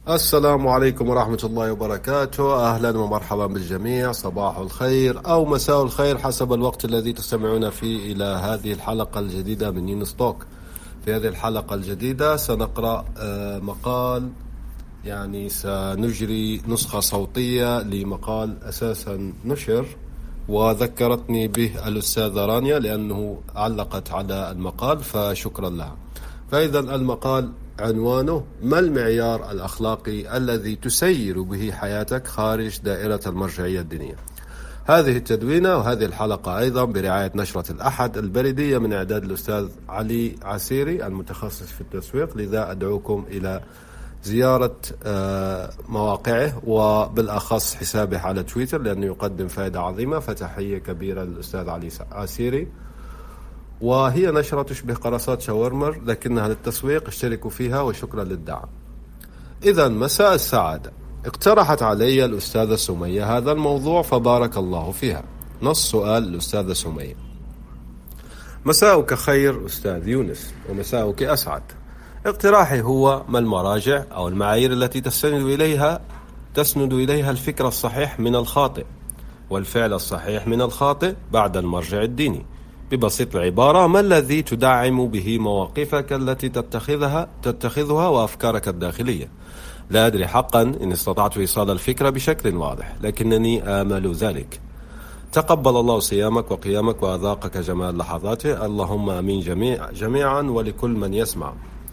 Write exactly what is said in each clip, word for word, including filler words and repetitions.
السلام عليكم ورحمة الله وبركاته. أهلا ومرحبا بالجميع، صباح الخير أو مساء الخير حسب الوقت الذي تستمعون فيه إلى هذه الحلقة الجديدة من يونستوك. في هذه الحلقة الجديدة سنقرأ مقال، يعني سنجري نسخة صوتية لمقال أساسا نشر وذكرتني به الأستاذة رانيا لأنه علقت على المقال، فشكرا لها. فإذا المقال عنوانه: ما المعيار الأخلاقي الذي تسير به حياتك خارج دائرة المرجعية الدينية؟ هذه التدوينة وهذه الحلقة أيضا برعاية نشرة الأحد البريدية من إعداد الأستاذ علي عسيري المتخصص في التسويق، لذا أدعوكم إلى زيارة مواقعه وبالأخص حسابه على تويتر لأنه يقدم فائدة عظيمة. فتحية كبيرة للأستاذ علي عسيري. وهي نشرة تشبه قرصات شاورمر لكنها للتسويق، اشتركوا فيها وشكرا للدعم. إذا مساء السعادة. اقترحت علي الأستاذة سمية هذا الموضوع فبارك الله فيها. نص سؤال الأستاذة سمية: مساءك خير أستاذ يونس ومساءك أسعد. اقتراحي هو: ما المراجع أو المعايير التي تستند إليها تسند إليها الفكر الصحيح من الخاطئ والفعل الصحيح من الخاطئ بعد المرجع الديني؟ ببسيط العبارة، ما الذي تدعم به مواقفك التي تتخذها تتخذها وأفكارك الداخلية؟ لا أدري حقا إن استطعت إيصال الفكرة بشكل واضح، لكنني آمل ذلك. تقبل الله صيامك وقيامك وأذاقك جمال لحظاته، اللهم آمين جميع جميعا ولكل من يسمع.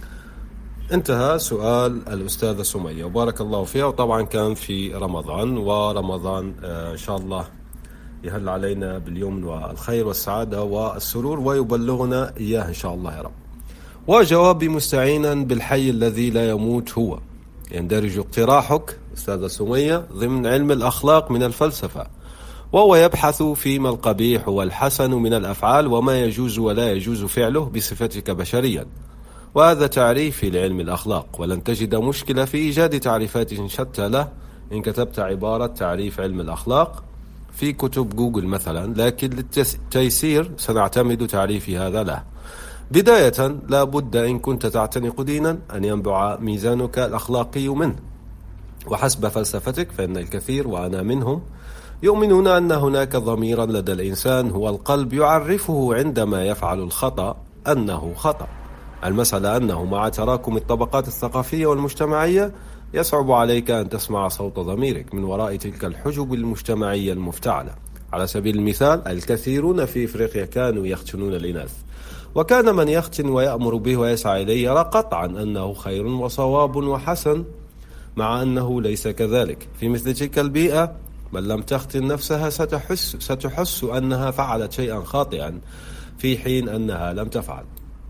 انتهى سؤال الأستاذة سمية وبارك الله فيها. وطبعا كان في رمضان، ورمضان آه إن شاء الله يهل علينا باليوم والخير والسعادة والسرور ويبلغنا إياه إن شاء الله يا رب. وجوابي مستعينا بالحي الذي لا يموت هو: يندرج اقتراحك أستاذة سمية ضمن علم الأخلاق من الفلسفة، وهو يبحث فيما القبيح والحسن من الأفعال وما يجوز ولا يجوز فعله بصفتك بشريا. وهذا تعريفي لعلم الأخلاق، ولن تجد مشكلة في إيجاد تعريفات شتى له إن كتبت عبارة تعريف علم الأخلاق في كتب جوجل مثلا، لكن للتيسير سنعتمد تعريفي هذا له. بداية، لا بد إن كنت تعتنق دينا أن ينبع ميزانك الأخلاقي منه. وحسب فلسفتك فإن الكثير وأنا منهم يؤمنون أن هناك ضميرا لدى الإنسان هو القلب يعرفه عندما يفعل الخطأ أنه خطأ. المسألة أنه مع تراكم الطبقات الثقافية والمجتمعية يصعب عليك أن تسمع صوت ضميرك من وراء تلك الحجب المجتمعية المفتعلة. على سبيل المثال، الكثيرون في إفريقيا كانوا يختنون الإناث، وكان من يختن ويأمر به ويسعى إليه يرى قطعا أنه خير وصواب وحسن، مع أنه ليس كذلك. في مثل تلك البيئة من لم تختن نفسها ستحس, ستحس أنها فعلت شيئا خاطئا في حين أنها لم تفعل.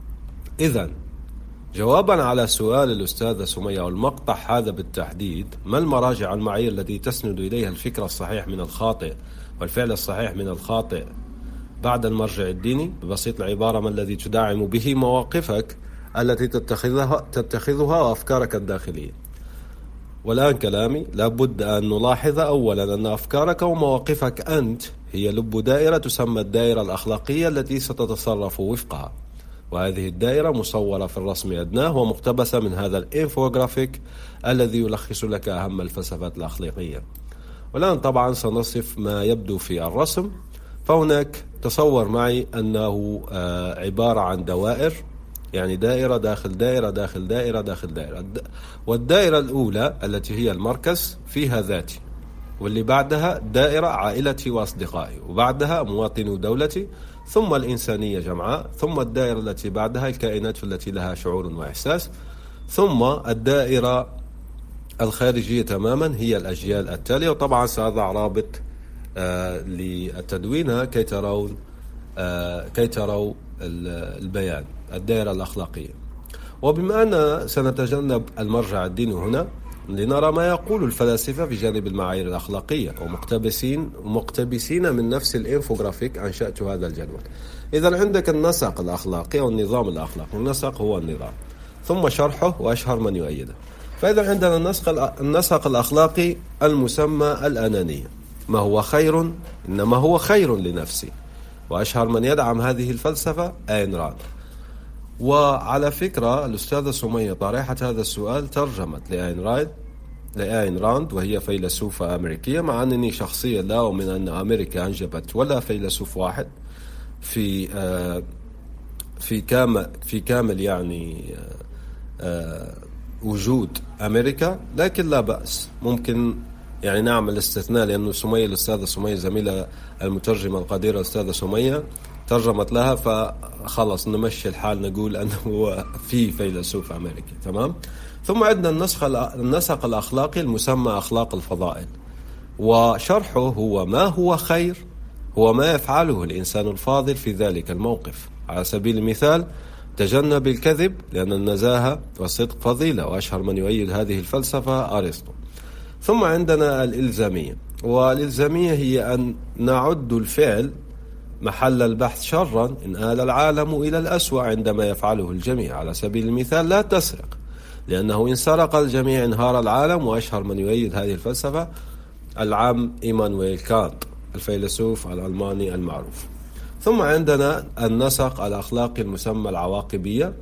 إذن جوابا على سؤال الأستاذة سمية والمقطع هذا بالتحديد: ما المراجع المعايير التي تسند إليها الفكر الصحيح من الخاطئ والفعل الصحيح من الخاطئ بعد المرجع الديني؟ ببسيط العبارة، ما الذي تدعم به مواقفك التي تتخذها, تتخذها وأفكارك الداخلية؟ والآن كلامي. لابد أن نلاحظ أولا أن أفكارك ومواقفك أنت هي لب دائرة تسمى الدائرة الأخلاقية التي ستتصرف وفقها، وهذه الدائرة مصورة في الرسم أدناه ومقتبسة من هذا الإنفوغرافيك الذي يلخص لك أهم الفلسفات الأخلاقية. والآن طبعا سنصف ما يبدو في الرسم. فهناك تصور معي أنه عبارة عن دوائر، يعني دائرة داخل دائرة داخل دائرة داخل دائرة، والدائرة الأولى التي هي المركز فيها ذاتي، واللي بعدها دائرة عائلتي وأصدقائي، وبعدها مواطنو دولتي، ثم الإنسانية جمعاء، ثم الدائرة التي بعدها الكائنات التي لها شعور وإحساس، ثم الدائرة الخارجية تماما هي الأجيال التالية. وطبعا سأضع رابط آه للتدوين كي ترون آه كي تروا البيان الدائرة الأخلاقية. وبما أن سنتجنب المرجع الديني هنا، لنرى ما يقول الفلاسفة في جانب المعايير الأخلاقية، ومقتبسين مقتبسين من نفس الإنفوغرافيك أنشأت هذا الجدول. إذا عندك النسق الأخلاقي أو النظام الأخلاقي، النسق هو النظام، ثم شرحه وأشهر من يؤيده. فإذا عندنا النسق النسق الأخلاقي المسمى الأنانية، ما هو خير إنما هو خير لنفسي، وأشهر من يدعم هذه الفلسفة آين راند. وعلى فكرة الأستاذة سمية طارحة هذا السؤال ترجمت لآين راند لآين راند، وهي فيلسوفة أمريكية، مع أنني شخصيا لا أؤمن أن أمريكا أنجبت ولا فيلسوف واحد في في كامل في كامل يعني وجود أمريكا، لكن لا بأس، ممكن يعني نعمل استثناء، لأنه سمية الأستاذة سمية زميلة المترجمة القديرة الأستاذة سمية ترجمت لها، فخلص نمشي الحال نقول أنه في فيلسوف أمريكي. تمام. ثم عندنا النسق النسق الأخلاقي المسمى أخلاق الفضائل، وشرحه هو ما هو خير هو ما يفعله الإنسان الفاضل في ذلك الموقف. على سبيل المثال: تجنب الكذب لأن النزاهة والصدق فضيلة، وأشهر من يؤيد هذه الفلسفة أرسطو. ثم عندنا الإلزامية، والإلزامية هي أن نعد الفعل محل البحث شرا إن آل العالم إلى الأسوأ عندما يفعله الجميع. على سبيل المثال: لا تسرق لأنه إن سرق الجميع انهار العالم، وأشهر من يؤيد هذه الفلسفة العم إيمانويل كانت الفيلسوف الألماني المعروف. ثم عندنا النسق الأخلاقي المسمى العواقبية،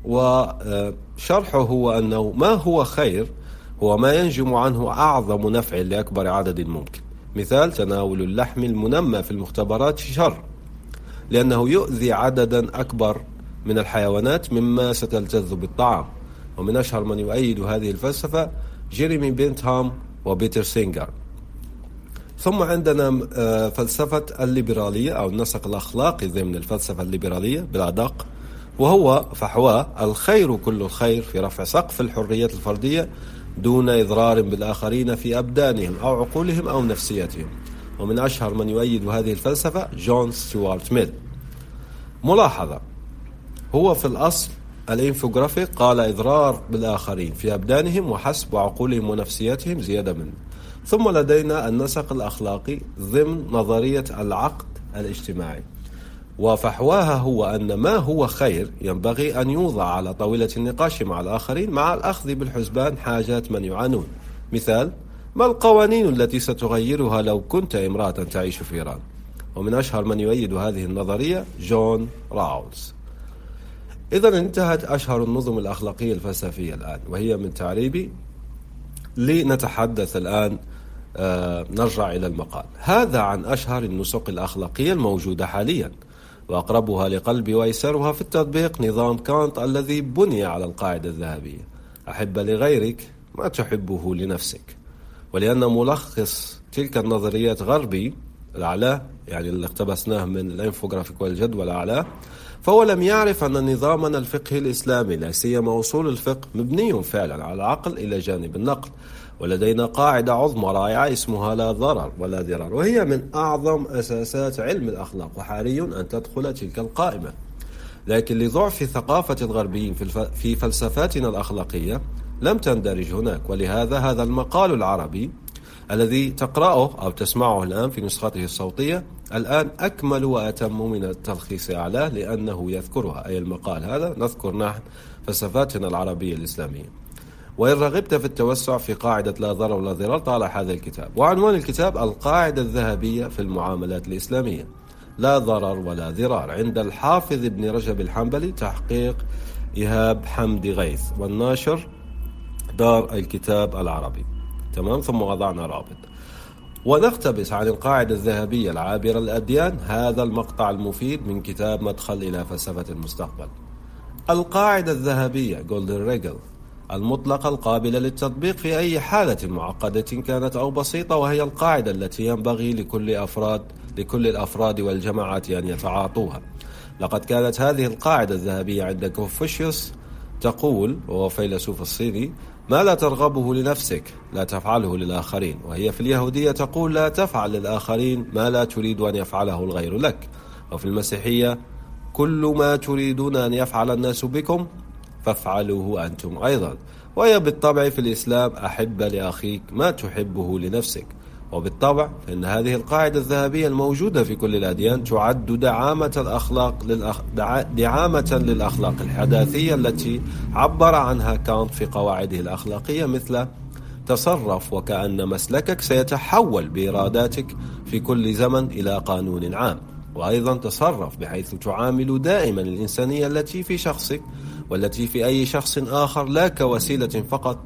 وشرحه هو أنه ما هو خير هو ما ينجم عنه أعظم نفع لأكبر عدد ممكن. مثال: تناول اللحم المنمى في المختبرات شر لأنه يؤذي عددا أكبر من الحيوانات مما ستلتذ بالطعام. ومن أشهر من يؤيد هذه الفلسفة جيريمي بنتهام وبيتر سينجر. ثم عندنا فلسفة الليبرالية أو النسق الأخلاقي ضمن الفلسفة الليبرالية بالأدق، وهو فحواه الخير كل الخير في رفع سقف الحرية الفردية دون إضرار بالآخرين في أبدانهم أو عقولهم أو نفسيتهم. ومن أشهر من يؤيد هذه الفلسفة جون ستيوارت ميل. ملاحظة: هو في الأصل الإنفوغرافيك قال إضرار بالآخرين في أبدانهم وحسب وعقولهم ونفسيتهم زيادة منه. ثم لدينا النسق الأخلاقي ضمن نظرية العقد الاجتماعي، وفحواها هو أن ما هو خير ينبغي أن يوضع على طاولة النقاش مع الآخرين مع الأخذ بالحسبان حاجات من يعانون. مثال: ما القوانين التي ستغيرها لو كنت امرأة تعيش في إيران؟ ومن أشهر من يؤيد هذه النظرية جون راولز. إذن انتهت أشهر النظم الأخلاقية الفلسفية الآن، وهي من تعريبي. لنتحدث الآن آه نرجع إلى المقال. هذا عن أشهر النسق الأخلاقية الموجودة حاليا، وأقربها لقلبي وأيسرها في التطبيق نظام كانت الذي بني على القاعدة الذهبية: أحب لغيرك ما تحبه لنفسك. ولأن ملخص تلك النظريات غربي الأعلى، يعني اللي اقتبسناه من الانفوغرافيك والجدول الأعلى، فهو لم يعرف أن نظامنا الفقهي الإسلامي لا سيما أصول الفقه مبني فعلا على العقل إلى جانب النقل. ولدينا قاعدة عظمى رائعة اسمها لا ضرر ولا ضرار، وهي من أعظم أساسات علم الأخلاق، وحري أن تدخل تلك القائمة. لكن لضعف ثقافة الغربيين في فلسفاتنا الأخلاقية لم تندرج هناك. ولهذا هذا المقال العربي الذي تقرأه أو تسمعه الآن في نسخته الصوتية الآن أكمل وأتم من التلخيص أعلاه، لأنه يذكرها، أي المقال هذا نذكر نحن فلسفاتنا العربية الإسلامية. وإن رغبت في التوسع في قاعدة لا ضرر ولا ضرار طالع هذا الكتاب. وعنوان الكتاب: القاعدة الذهبية في المعاملات الإسلامية، لا ضرر ولا ضرار، عند الحافظ ابن رجب الحنبلي، تحقيق إيهاب حمدي غيث، والناشر دار الكتاب العربي. تمام. ثم وضعنا رابط. ونقتبس عن القاعدة الذهبية العابرة للأديان هذا المقطع المفيد من كتاب مدخل إلى فلسفة المستقبل. القاعدة الذهبية Golden Regel المطلقة القابلة للتطبيق في أي حالة معقدة كانت أو بسيطة، وهي القاعدة التي ينبغي لكل أفراد لكل الأفراد والجماعات أن يتعاطوها. لقد كانت هذه القاعدة الذهبية عند كونفوشيوس تقول، وهو فيلسوف الصيني: ما لا ترغبه لنفسك لا تفعله للآخرين. وهي في اليهودية تقول: لا تفعل للآخرين ما لا تريد أن يفعله الغير لك. وفي المسيحية: كل ما تريدون أن يفعل الناس بكم فافعلوه أنتم أيضا. وهي بالطبع في الإسلام: أحب لأخيك ما تحبه لنفسك. وبالطبع فإن هذه القاعدة الذهبية الموجودة في كل الأديان تعد دعامة الأخلاق للأخ... دعامة للأخلاق الحداثية التي عبر عنها كانت في قواعده الأخلاقية، مثل: تصرف وكأن مسلكك سيتحول بإراداتك في كل زمن إلى قانون عام. وأيضا تصرف بحيث تعامل دائما الإنسانية التي في شخصك والتي في أي شخص آخر لا كوسيلة فقط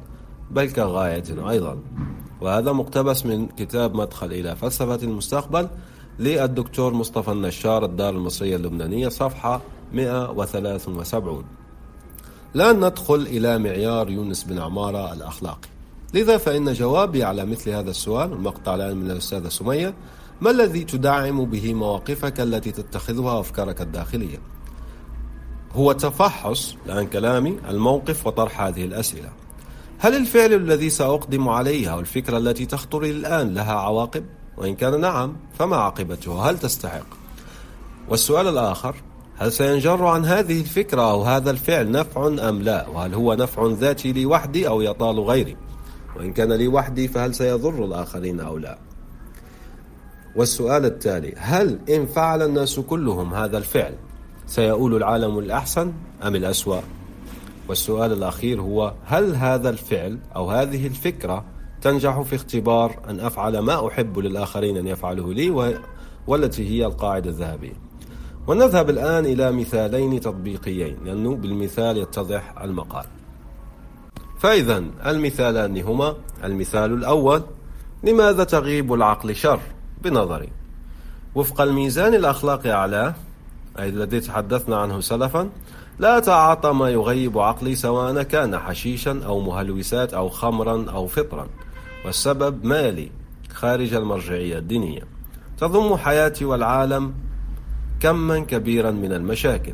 بل كغاية أيضا. وهذا مقتبس من كتاب مدخل إلى فلسفة المستقبل للدكتور مصطفى النشار، الدار المصرية اللبنانية، صفحة مئة وثلاثة وسبعين. لا ندخل إلى معيار يونس بن عمارة الأخلاقي. لذا فإن جوابي على مثل هذا السؤال، المقطع الآن من الأستاذة سمية: ما الذي تدعم به مواقفك التي تتخذها وأفكارك الداخلية؟ هو تفحص الآن كلامي الموقف وطرح هذه الأسئلة. هل الفعل الذي سأقدم عليه أو الفكرة التي تخطر لي الآن لها عواقب؟ وإن كان نعم، فما عاقبتها؟ هل تستحق؟ والسؤال الآخر: هل سينجر عن هذه الفكرة أو هذا الفعل نفع أم لا؟ وهل هو نفع ذاتي لي وحدي أو يطال غيري؟ وإن كان لي وحدي فهل سيضر الآخرين أو لا؟ والسؤال التالي: هل إن فعل الناس كلهم هذا الفعل سيؤول العالم الأحسن أم الأسوأ؟ والسؤال الأخير هو: هل هذا الفعل أو هذه الفكرة تنجح في اختبار أن أفعل ما أحب للآخرين أن يفعله لي، والتي هي القاعدة الذهبية؟ ونذهب الآن إلى مثالين تطبيقيين، لأنه بالمثال يتضح المقال. فإذا المثالان هما: المثال الأول: لماذا تغيب العقل شر؟ بنظري وفق الميزان الأخلاقي أعلاه، أي الذي تحدثنا عنه سلفا، لا أتعاطى ما يغيب عقلي سواء كان حشيشا أو مهلوسات أو خمرا أو فطرا، والسبب مالي خارج المرجعية الدينية. تضم حياتي والعالم كما كبيرا من المشاكل،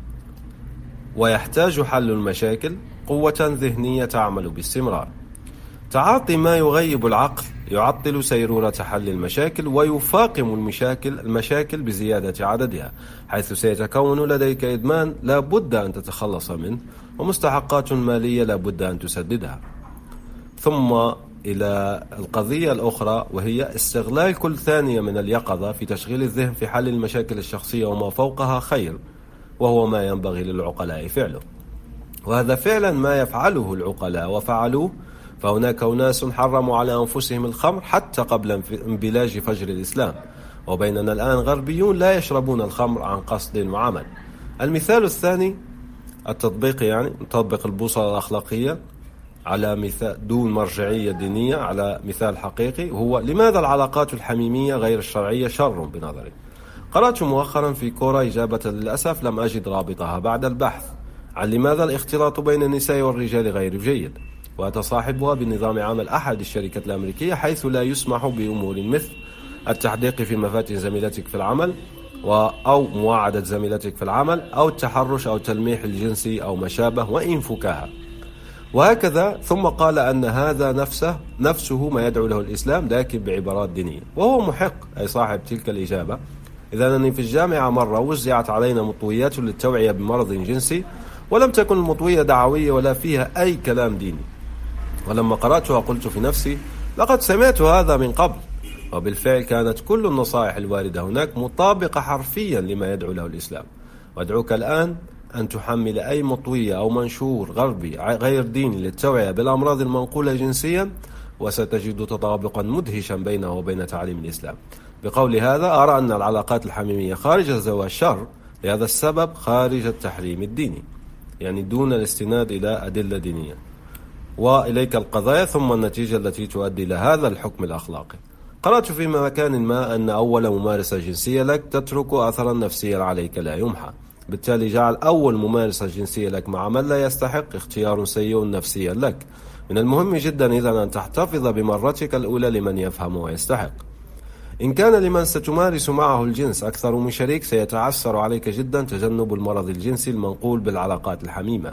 ويحتاج حل المشاكل قوة ذهنية تعمل باستمرار. تعاطي ما يغيب العقل يعطل سيرورة حل المشاكل ويفاقم المشاكل المشاكل بزيادة عددها، حيث سيتكون لديك إدمان لا بد أن تتخلص منه، ومستحقات مالية لا بد أن تسددها. ثم إلى القضية الأخرى، وهي استغلال كل ثانية من اليقظة في تشغيل الذهن في حل المشاكل الشخصية وما فوقها خير، وهو ما ينبغي للعقلاء فعله. وهذا فعلا ما يفعله العقلاء وفعلوه، فهناك أناس حرموا على أنفسهم الخمر حتى قبل انبلاج فجر الإسلام، وبيننا الآن غربيون لا يشربون الخمر عن قصد وعمل. المثال الثاني التطبيق، يعني نطبق البوصلة الأخلاقية على مثال دون مرجعية دينية على مثال حقيقي، هو: لماذا العلاقات الحميمية غير الشرعية شر بنظري؟ قرأت مؤخرا في كورة إجابة للأسف لم أجد رابطها بعد البحث عن لماذا الاختلاط بين النساء والرجال غير جيد، وتصاحبها بنظام عمل أحد الشركات الأمريكية، حيث لا يسمح بأمور مثل التحديق في مفاتن زميلتك في العمل أو مواعدة زميلتك في العمل أو التحرش أو التلميح الجنسي أو ما شابه، وإن فكاهة وهكذا. ثم قال أن هذا نفسه نفسه ما يدعو له الإسلام، لكن بعبارات دينية، وهو محق أي صاحب تلك الإجابة. إذا أنني في الجامعة مرة وزعت علينا مطويات للتوعية بمرض جنسي، ولم تكن المطوية دعوية ولا فيها أي كلام ديني، ولما قرأتها قلت في نفسي: لقد سمعت هذا من قبل. وبالفعل كانت كل النصائح الواردة هناك مطابقة حرفيا لما يدعو له الإسلام. وأدعوك الآن أن تحمل أي مطوية أو منشور غربي غير ديني للتوعية بالأمراض المنقولة جنسيا، وستجد تطابقا مدهشا بينه وبين تعليم الإسلام. بقول هذا أرى أن العلاقات الحميمية خارج الزواج شر لهذا السبب، خارج التحريم الديني، يعني دون الاستناد إلى أدلة دينية. وإليك القضايا ثم النتيجة التي تؤدي إلى هذا الحكم الأخلاقي. قرأت في مكان ما أن أول ممارسة جنسية لك تترك أثرا نفسيا عليك لا يمحى، بالتالي جعل أول ممارسة جنسية لك مع من لا يستحق اختيار سيء نفسيا لك. من المهم جدا إذا أن تحتفظ بمرتك الأولى لمن يفهم ويستحق. إن كان لمن ستمارس معه الجنس أكثر من شريك، سيتعسر عليك جدا تجنب المرض الجنسي المنقول بالعلاقات الحميمة.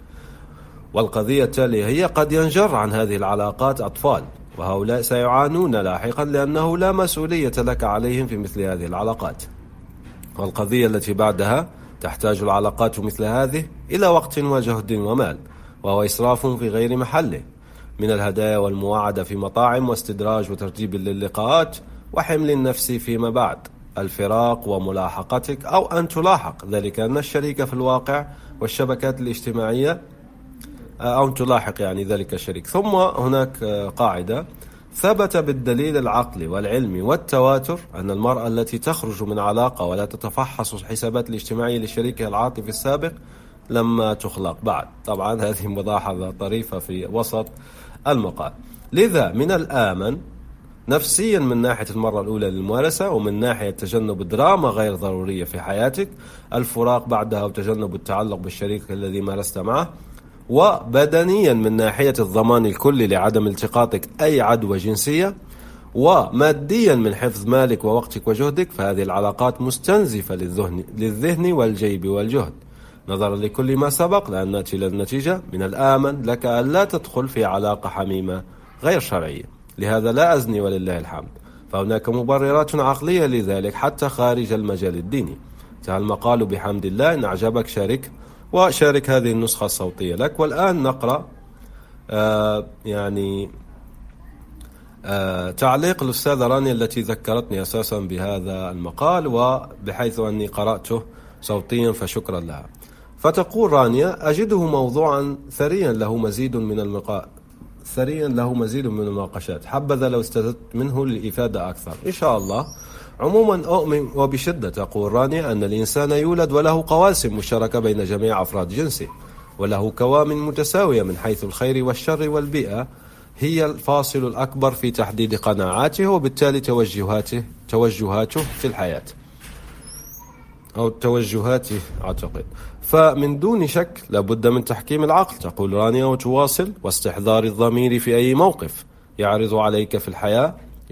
والقضية التالية هي: قد ينجر عن هذه العلاقات أطفال، وهؤلاء سيعانون لاحقا لأنه لا مسؤولية لك عليهم في مثل هذه العلاقات. والقضية التي بعدها: تحتاج العلاقات مثل هذه إلى وقت وجهد ومال، وهو إسراف في غير محله، من الهدايا والمواعدة في مطاعم واستدراج وترتيب للقاءات وحمل نفسي فيما بعد، الفراق وملاحقتك أو أن تلاحق، ذلك أن الشريك في الواقع والشبكات الاجتماعية أو تلاحق يعني ذلك الشريك. ثم هناك قاعدة: ثبت بالدليل العقلي والعلمي والتواتر أن المرأة التي تخرج من علاقة ولا تتفحص الحسابات الاجتماعية لشريكها العاطفي السابق لما تخلق بعد. طبعا هذه ملاحظة طريفة في وسط المقال. لذا من الآمن نفسيا من ناحية المرة الأولى للممارسة، ومن ناحية تجنب دراما غير ضرورية في حياتك، الفراق بعدها وتجنب التعلق بالشريك الذي مارست معه، وبدنيا من ناحية الضمان الكلي لعدم التقاطك أي عدوى جنسية، وماديا من حفظ مالك ووقتك وجهدك. فهذه العلاقات مستنزفة للذهن, للذهن والجيب والجهد. نظرا لكل ما سبق، لأن نأتي للنتيجة: من الآمن لك أن لا تدخل في علاقة حميمة غير شرعية. لهذا لا أزني ولله الحمد، فهناك مبررات عقلية لذلك حتى خارج المجال الديني. انتهى المقال بحمد الله. إن أعجبك شارك، وشارك هذه النسخة الصوتية لك. والآن نقرأ آه يعني آه تعليق الأستاذة رانيا التي ذكرتني أساسا بهذا المقال، وبحيث أني قرأته صوتيا فشكرا لها. فتقول رانيا: أجده موضوعا ثريا له مزيد من المقا... ثريا له مزيد من المناقشات، حبذا لو استزدت منه للإفادة أكثر. إن شاء الله. عموما أؤمن وبشدة، تقول رانيا، أن الإنسان يولد وله قواسم مشتركة بين جميع أفراد جنسه، وله كوامن متساوية من حيث الخير والشر، والبيئة هي الفاصل الأكبر في تحديد قناعاته وبالتالي توجهاته توجهاته في الحياة، أو توجهاته أعتقد. فمن دون شك لابد من تحكيم العقل، تقول رانيا وتواصل: واستحضار الضمير في أي موقف يعرض عليك في الحياة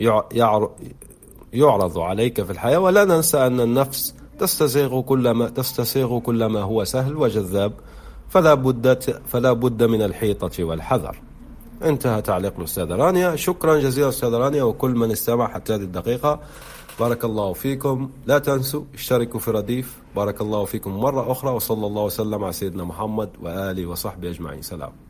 يعرض عليك في الحياة ولا ننسى أن النفس تستسيغ كل ما تستسيغ كل ما هو سهل وجذاب، فلا بد فلا بد من الحيطة والحذر. انتهى تعليق الأستاذة رانيا. شكرا جزيلا أستاذة رانيا وكل من استمع حتى هذه الدقيقة. بارك الله فيكم. لا تنسوا اشتركوا في رديف. بارك الله فيكم مرة أخرى، وصلى الله وسلم على سيدنا محمد وآله وصحبه أجمعين. سلام.